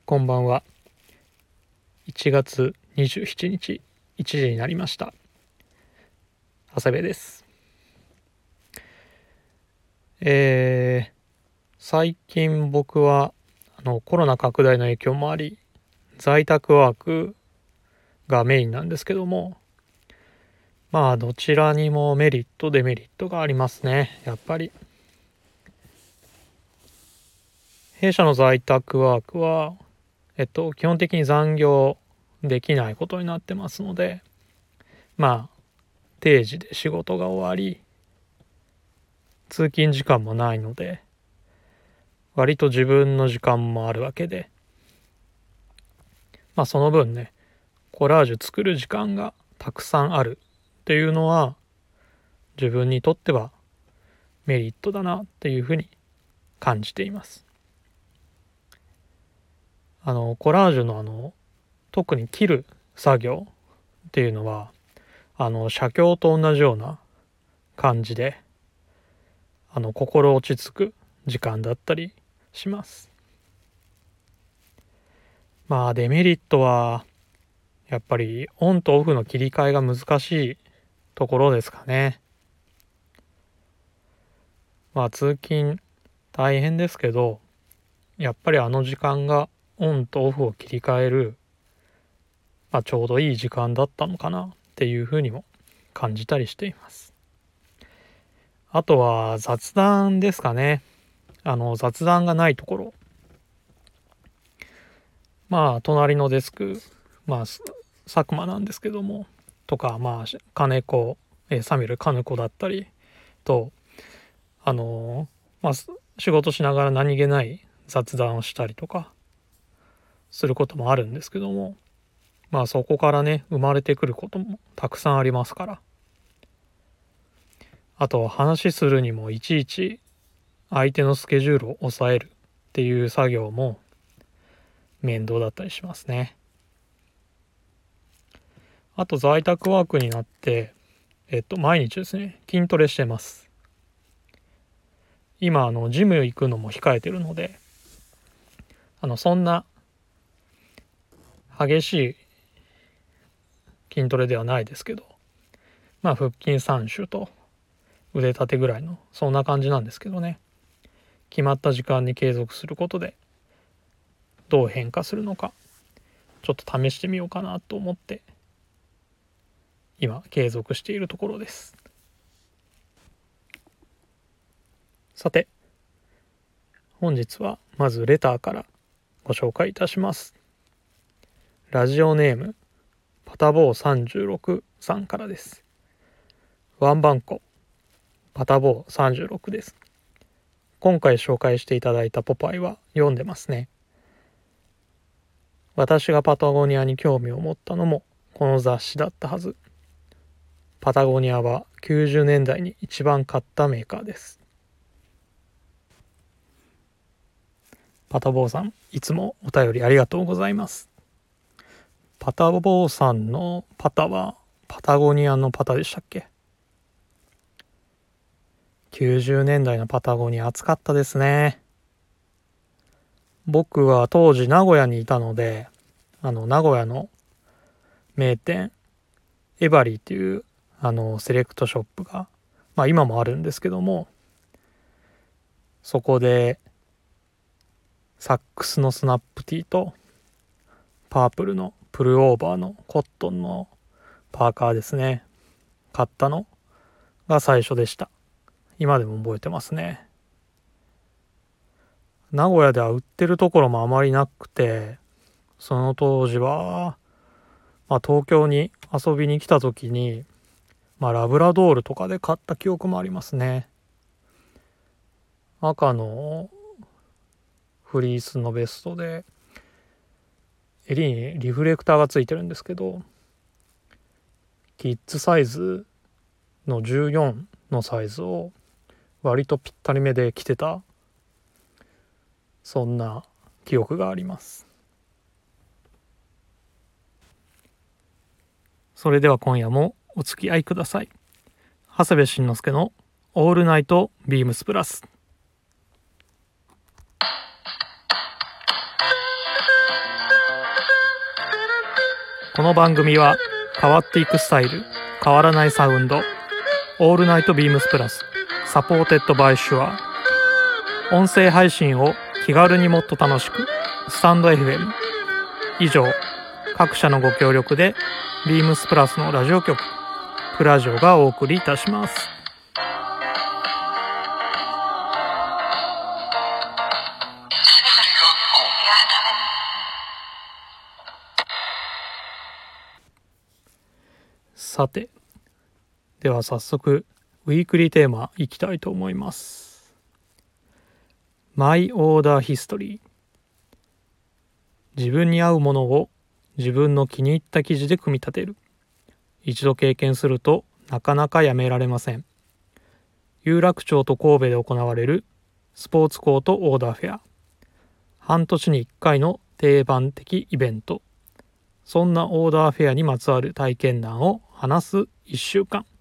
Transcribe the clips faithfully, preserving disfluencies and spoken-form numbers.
こんばんは。いちがつにじゅうしちにちいちじになりました。長谷部です。えー、最近僕はあのコロナ拡大の影響もあり在宅ワークがメインなんですけども、まあどちらにもメリットデメリットがありますね。やっぱり弊社の在宅ワークはえっと基本的に残業できないことになってますので、まあ定時で仕事が終わり通勤時間もないので割と自分の時間もあるわけで、まあその分ねコラージュ作る時間がたくさんあるっていうのは自分にとってはメリットだなっていうふうに感じています。あのコラージュのあの特に切る作業っていうのはあの写経と同じような感じであの心落ち着く時間だったりします。まあデメリットはやっぱりオンとオフの切り替えが難しいところですかね。まあ通勤大変ですけどやっぱりあの時間がオンとオフを切り替える、まあ、ちょうどいい時間だったのかなっていうふうにも感じたりしています。あとは雑談ですかね。あの雑談がないところ、まあ隣のデスク、まあ佐久間なんですけどもとか、まあ金子、えー、サミュエル金子だったりとあのー、まあ仕事しながら何気ない雑談をしたりとかすることもあるんですけども、まあそこからね生まれてくることもたくさんありますから、あと話するにもいちいち相手のスケジュールを抑えるっていう作業も面倒だったりしますね。あと在宅ワークになってえっと毎日ですね筋トレしてます。今あのジム行くのも控えてるのであのそんな激しい筋トレではないですけど、まあ腹筋さん種と腕立てぐらいのそんな感じなんですけどね、決まった時間に継続することでどう変化するのかちょっと試してみようかなと思って今継続しているところです。さて本日はまずレターからご紹介いたします。ラジオネームパタボーさんじゅうろくさんからです。ワンバンコパタボーさんじゅうろくです。今回紹介していただいたポパイは読んでますね。私がパタゴニアに興味を持ったのもこの雑誌だったはず。パタゴニアはきゅうじゅうねんだいに一番買ったメーカーです。パタボーさん、いつもお便りありがとうございます。パタボーさんのパタはパタゴニアのパタでしたっけ？きゅうじゅうねんだいのパタゴニア暑かったですね。僕は当時名古屋にいたので、あの名古屋の名店エバリーっていうあのセレクトショップが、まあ今もあるんですけども、そこでサックスのスナップティーとパープルのプルオーバーのコットンのパーカーですね、買ったのが最初でした。今でも覚えてますね。名古屋では売ってるところもあまりなくて、その当時は、まあ、東京に遊びに来た時に、まあ、ラブラドールとかで買った記憶もありますね。赤のフリースのベストで襟にリフレクターがついてるんですけど、キッズサイズのじゅうよんのサイズを割とぴったりめで着てた、そんな記憶があります。それでは今夜もお付き合いください。長谷部慎之介のオールナイトビームスプラス。 この番組は変わっていくスタイル、変わらないサウンド、オールナイトビームスプラス、サポーテッドバイシュア。音声配信を気軽にもっと楽しく、スタンド エフエム。以上、各社のご協力で、ビームスプラスのラジオ局、プラジオがお送りいたします。さて、では早速ウィークリーテーマいきたいと思います。マイオーダーヒストリー。自分に合うものを自分の気に入った生地で組み立てる。一度経験するとなかなかやめられません。有楽町と神戸で行われるスポーツコートオーダーフェア。半年にいっかいの定番的イベント。そんなオーダーフェアにまつわる体験談を話すいっしゅうかん。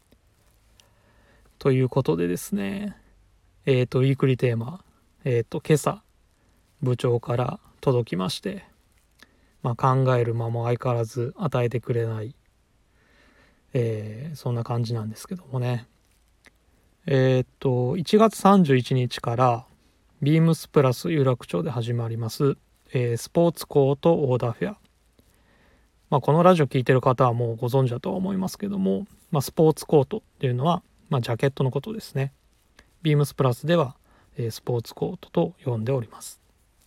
ということでですね、えっと、ウィークリーテーマ、えっと、今朝、部長から届きまして、まあ、考える間も相変わらず与えてくれない、えー、そんな感じなんですけどもね。えっと、いちがつさんじゅういちにちから、ビームスプラス有楽町で始まります、えー、スポーツコートオーダーフェア。まあ、このラジオ聞いてる方はもうご存知だとは思いますけども、まあ、スポーツコートっていうのは、まあ、ジャケットのことですね。ビームスプラスでは、えー、スポーツコートと呼んでおります。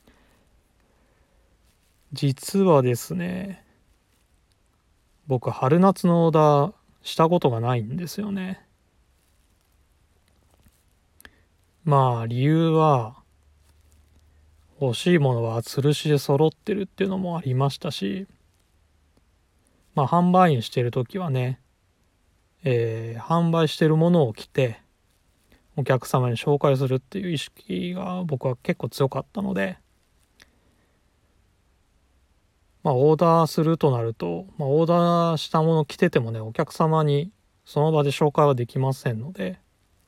実はですね、僕春夏のオーダーしたことがないんですよね。まあ理由は、欲しいものは吊るしで揃ってるっていうのもありましたし、まあ販売員してる時はね、えー、販売してるものを着てお客様に紹介するっていう意識が僕は結構強かったので、まあオーダーするとなると、まあ、オーダーしたもの着ててもね、お客様にその場で紹介はできませんので、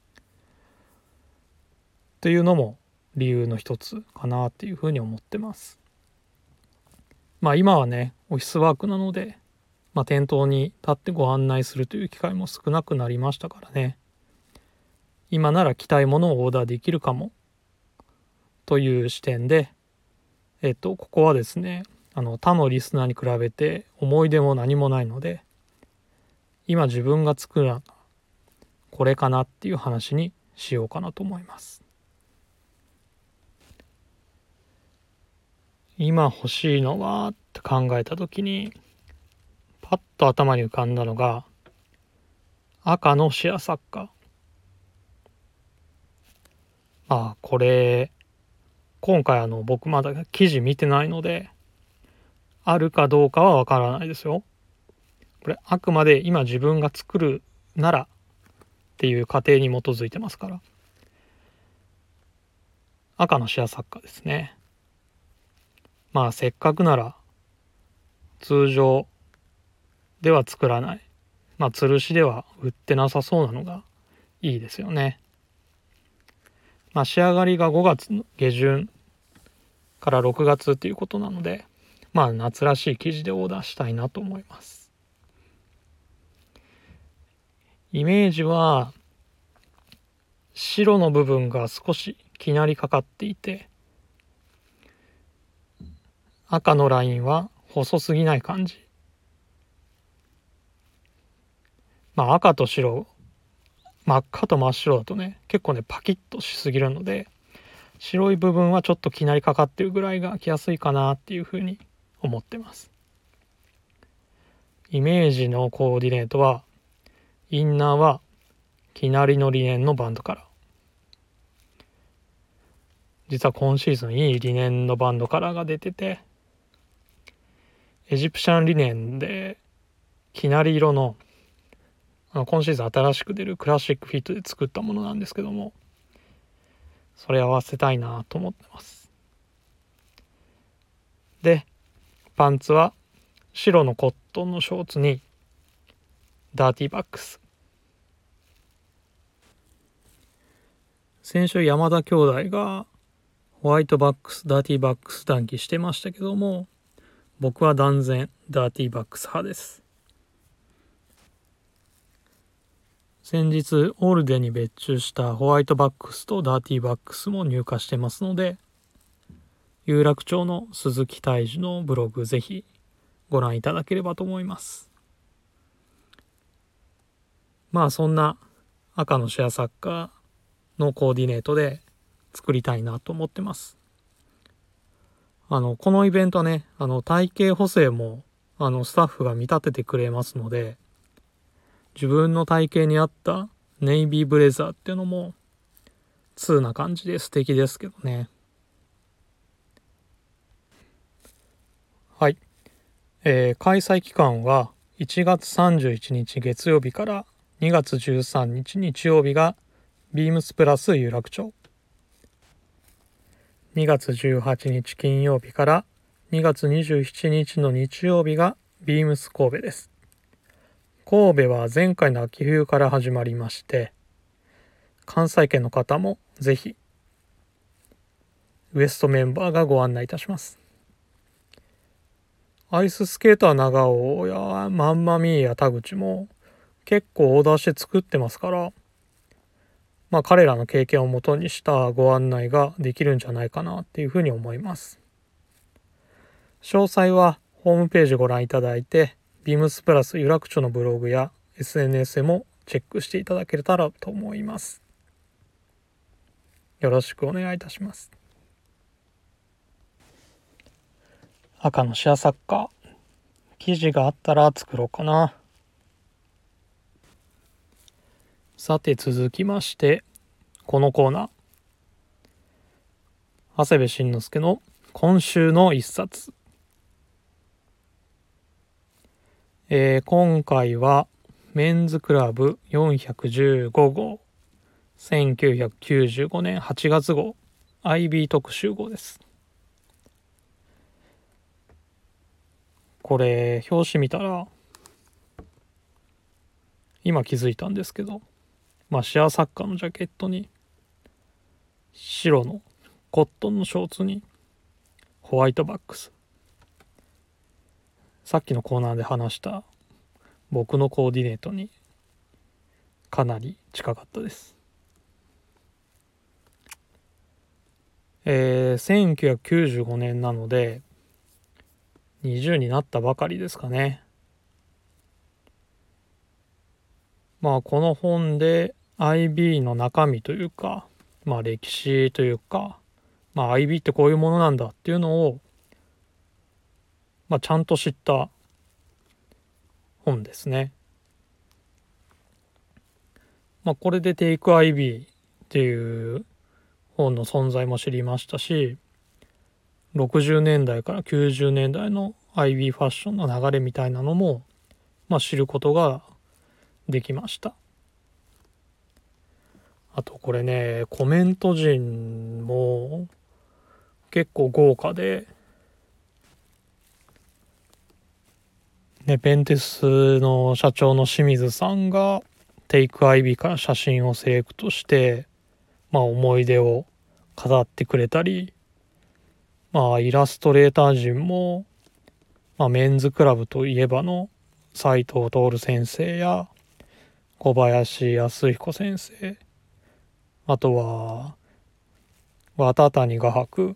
っていうのも理由の一つかなっていうふうに思ってます。まあ今はね、オフィスワークなので、まあ、店頭に立ってご案内するという機会も少なくなりましたからね。今なら着たいものをオーダーできるかもという視点で、えっとここはですね、あの他のリスナーに比べて思い出も何もないので、今自分が作るのはこれかなっていう話にしようかなと思います。今欲しいのはって考えた時にパッと頭に浮かんだのが赤のシェアサッカー。まあこれ今回あの僕まだ記事見てないのであるかどうかはわからないですよ。これあくまで今自分が作るならっていう過程に基づいてますから。赤のシェアサッカーですね。まあせっかくなら通常では作らない、まあ吊るしでは売ってなさそうなのがいいですよね。まあ仕上がりがごがつの下旬からろくがつっていうことなので、まあ夏らしい生地でオーダーしたいなと思います。イメージは白の部分が少しきなりかかっていて、赤のラインは細すぎない感じ。まあ赤と白、真っ赤と真っ白だとね、結構ねパキッとしすぎるので、白い部分はちょっときなりかかってるぐらいが着やすいかなっていうふうに思ってます。イメージのコーディネートは、インナーはきなりのリネンのバンドカラー。実は今シーズンいいリネンのバンドカラーが出てて、エジプシャンリネンできなり色の、あの今シーズン新しく出るクラシックフィットで作ったものなんですけども、それ合わせたいなと思ってます。で、パンツは白のコットンのショーツにダーティーバックス。先週山田兄弟がホワイトバックス、ダーティーバックス談義してましたけども、 僕は断然ダーティーバックス派です。先日オールデンに別注したホワイトバックスとダーティーバックスも入荷してますので、有楽町の鈴木泰治のブログぜひご覧いただければと思います。まあそんな赤のシェアサッカーのコーディネートで作りたいなと思ってます。あのこのイベントはね、あの体型補正もあのスタッフが見立ててくれますので、自分の体型に合ったネイビーブレザーっていうのも通な感じで素敵ですけどね。はい、えー、開催期間はいちがつさんじゅういちにち月曜日からにがつじゅうさんにち日曜日がビームスプラス有楽町、にがつじゅうはちにち金曜日からにがつにじゅうしちにちの日曜日がビームス神戸です。神戸は前回の秋冬から始まりまして、関西圏の方もぜひウエストメンバーがご案内いたします。アイススケーター長尾やマンマミーや田口も結構オーダーして作ってますから、まあ彼らの経験をもとにしたご案内ができるんじゃないかなっていうふうに思います。詳細はホームページご覧いただいて、ビームスプラス有楽町のブログや エスエヌエス もチェックしていただけたらと思います。よろしくお願いいたします。赤のシェアサッカー、記事があったら作ろうかな。さて続きまして、このコーナー、長谷部慎之介の今週の一冊。えー、今回はメンズクラブよんひゃくじゅうごごう、せんきゅうひゃくきゅうじゅうごねんはちがつ号 アイビー 特集号です。これ表紙見たら今気づいたんですけど、まあシェアサッカーのジャケットに白のコットンのショーツにホワイトバックス、さっきのコーナーで話した僕のコーディネートにかなり近かったです。えー、せんきゅうひゃくきゅうじゅうごねんなのでにじゅうになったばかりですかね。まあこの本で アイビー の中身というか、まあ歴史というか、まあ アイビー ってこういうものなんだっていうのを、まあちゃんと知った本ですね。まあこれで Take アイビー っていう本の存在も知りましたし、ろくじゅうねんだいからきゅうじゅうねんだいの アイビー ファッションの流れみたいなのも、まあ、知ることができました。あとこれね、コメント陣も結構豪華で、ね、ペンテスの社長の清水さんがテイクアイビーから写真をセレクトして、まあ思い出を飾ってくれたり、まあイラストレーター陣も、まあ、メンズクラブといえばの斉藤徹先生や小林康彦先生、あとは綿谷画伯、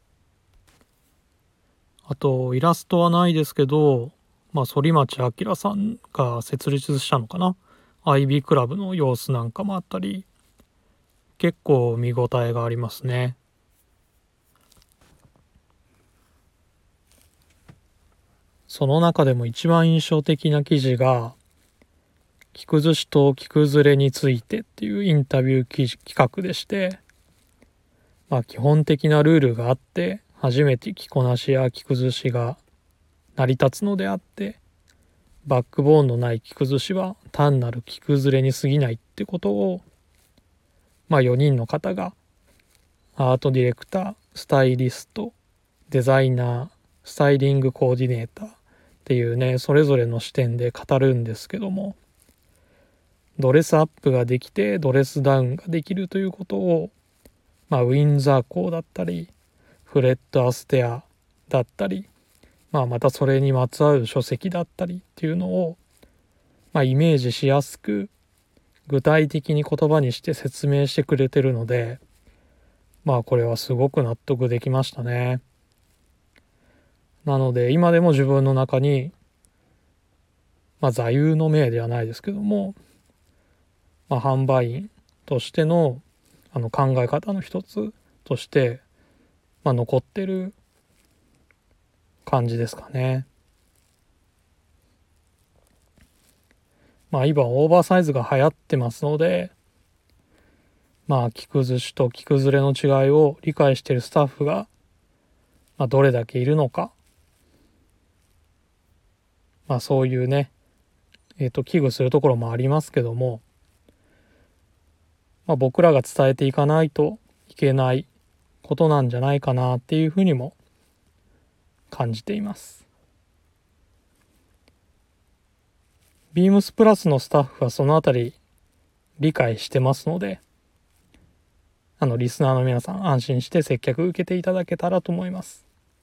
あとイラストはないですけど、まあ反町明さんが設立したのかな、 アイビー クラブの様子なんかもあったり、結構見応えがありますね。その中でも一番印象的な記事が、着崩しと着崩れについてっていうインタビュー記事企画でして、まあ基本的なルールがあって初めて着こなしや着崩しが成り立つのであって、バックボーンのない着崩しは単なる着崩れに過ぎないってことを、まあよにんの方がアートディレクター、スタイリスト、デザイナー、スタイリングコーディネーターっていうね、それぞれの視点で語るんですけども、ドレスアップができてドレスダウンができるということを、まあ、ウィンザー校だったりフレッド・アステアだったりまあ、またそれにまつわる書籍だったりっていうのを、まあ、イメージしやすく具体的に言葉にして説明してくれてるので、まあこれはすごく納得できましたね。なので今でも自分の中に、まあ座右の銘ではないですけども、まあ、販売員としてのあの考え方の一つとして、まあ、残ってる感じですかね。まあ今オーバーサイズが流行ってますので、まあ着崩しと着崩れの違いを理解しているスタッフが、まあ、どれだけいるのか、まあそういうね、えっと危惧するところもありますけども、まあ、僕らが伝えていかないといけないことなんじゃないかなっていうふうにも感じています。ビームスプラスのスタッフはそのあたり理解してますので、あのリスナーの皆さん安心して接客受けていただけたらと思います。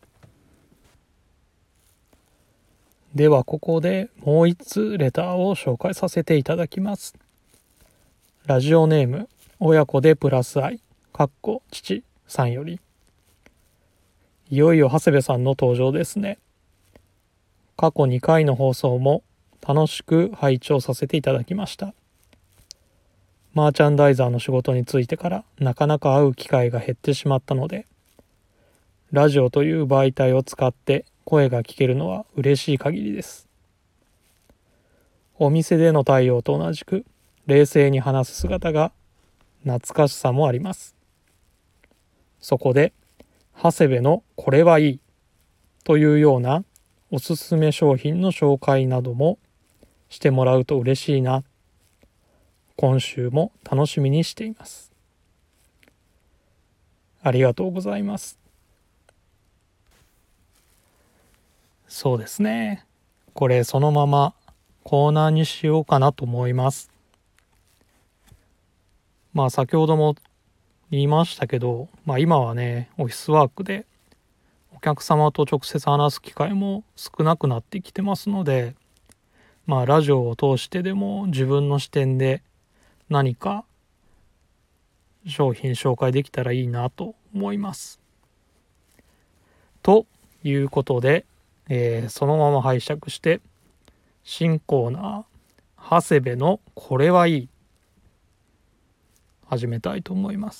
ではここでもう一通レターを紹介させていただきます。ラジオネーム親子でプラス愛かっこ父さんより、いよいよ長谷部さんの登場ですね。過去にかいの放送も楽しく拝聴させていただきました。マーチャンダイザーの仕事についてからなかなか会う機会が減ってしまったので、ラジオという媒体を使って声が聞けるのは嬉しい限りです。お店での対応と同じく冷静に話す姿が懐かしさもあります。そこで長谷部のこれはいいというようなおすすめ商品の紹介などもしてもらうと嬉しいな。今週も楽しみにしています。ありがとうございます。そうですね。これそのままコーナーにしようかなと思います。まあ先ほども言いましたけど、まあ今はね、オフィスワークでお客様と直接話す機会も少なくなってきてますので、まあラジオを通してでも自分の視点で何か商品紹介できたらいいなと思います。ということで、えー、そのまま拝借して新コーナー長谷部のこれはいい始めたいと思います。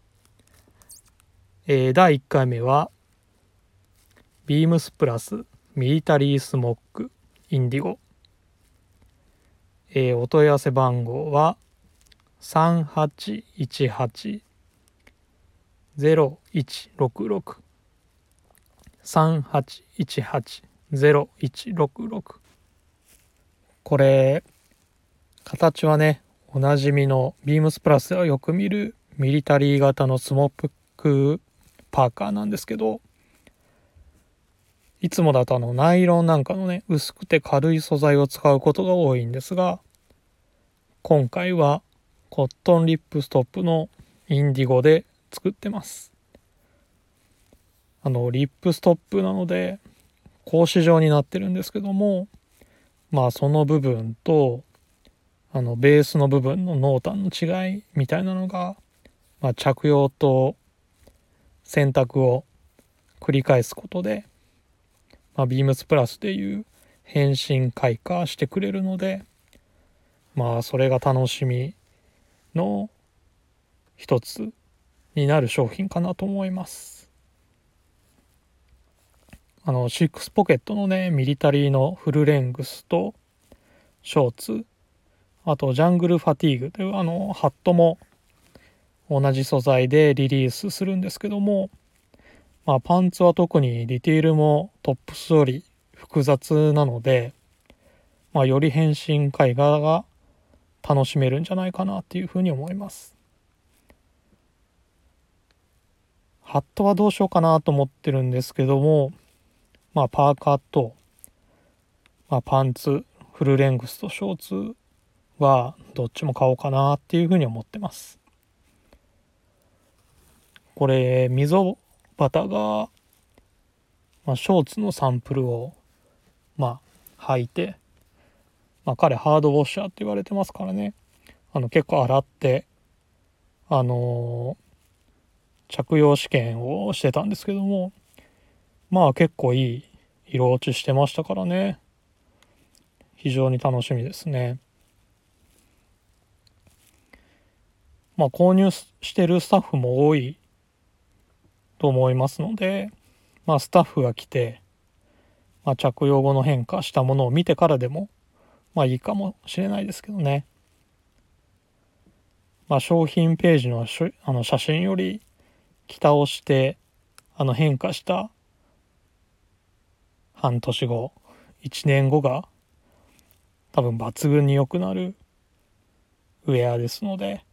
えー、だいいっかいめはビームスプラスミリタリースモックインディゴ、えー、お問い合わせ番号はさんはちいちはち ゼロいちろくろく さんはちいちはち ゼロいちろくろく。これ形はね、おなじみのビームスプラスではよく見るミリタリー型のスモックパーカーなんですけど、いつもだとあのナイロンなんかのね、薄くて軽い素材を使うことが多いんですが、今回はコットンリップストップのインディゴで作ってます。あのリップストップなので格子状になってるんですけども、まあその部分とあのベースの部分の濃淡の違いみたいなのが、まあ、着用と洗濯を繰り返すことで、まあ、ビームスプラスでいう変身開花してくれるので、まあそれが楽しみの一つになる商品かなと思います。あのシックスポケットのねミリタリーのフルレングスとショーツ、あとジャングルファティーグというあのハットも同じ素材でリリースするんですけども、まあ、パンツは特にディテールもトップスより複雑なので、まあ、より変身絵画が楽しめるんじゃないかなっていうふうに思います。ハットはどうしようかなと思ってるんですけども、まあパーカーと、まあ、パンツフルレングスとショーツはどっちも買おうかなっていうふうに思ってます。これ溝端がまあ、ショーツのサンプルをまあ履いて、まあ、彼ハードウォッシャーって言われてますからね、あの結構洗ってあのー着用試験をしてたんですけども、まあ結構いい色落ちしてましたからね、非常に楽しみですね。まあ購入してるスタッフも多いと思いますので、まあスタッフが来て、まあ、着用後の変化したものを見てからでもまあいいかもしれないですけどね。まあ商品ページのあの写真より蓋をしてあの変化した半年後いちねんごが多分抜群に良くなるウェアですので、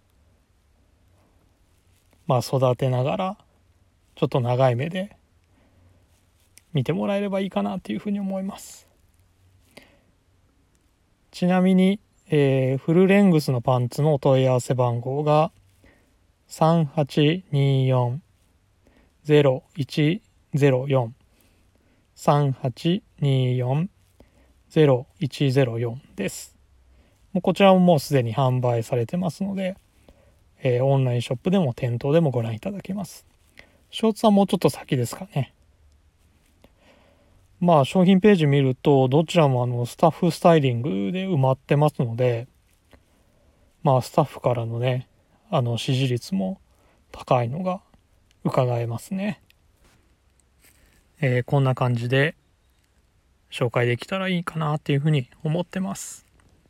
まあ育てながらちょっと長い目で見てもらえればいいかなというふうに思います。ちなみに、えー、フルレングスのパンツのお問い合わせ番号がさんはちによん ゼロいちゼロよん さんはちによん ゼロいちゼロよんです。もうこちらももうすでに販売されてますので、えー、オンラインショップでも店頭でもご覧いただけます。ショーツはもうちょっと先ですかね。まあ商品ページ見るとどちらもあのスタッフスタイリングで埋まってますので、まあスタッフからのねあの支持率も高いのが伺えますね。えー、こんな感じで紹介できたらいいかなっていうふうに思ってます。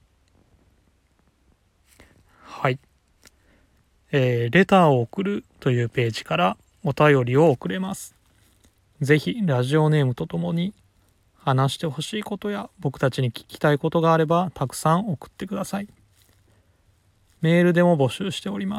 はい、えー、レターを送るというページからお便りを送れます。ぜひラジオネームとともに話してほしいことや僕たちに聞きたいことがあればたくさん送ってください。メールでも募集しております。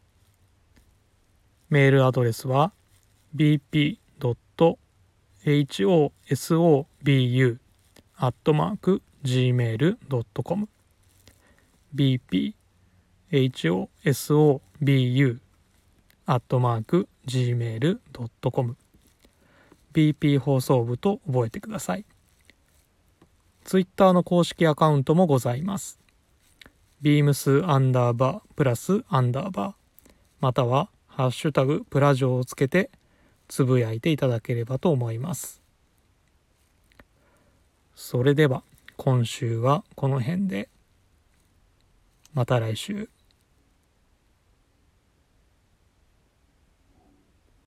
メールアドレスは ビーピードットエイチオーエスオービーユー アットマーク ジーメールドットコム ビーピーエイチオーエスオービーユー アットマーク ジーメールドットコム ビーピー 放送部と覚えてください。ツイッターの公式アカウントもございます。ビームスアンダーバープラスアンダーバーまたはハッシュタグプラジオをつけてつぶやいていただければと思います。それでは今週はこの辺で、また来週。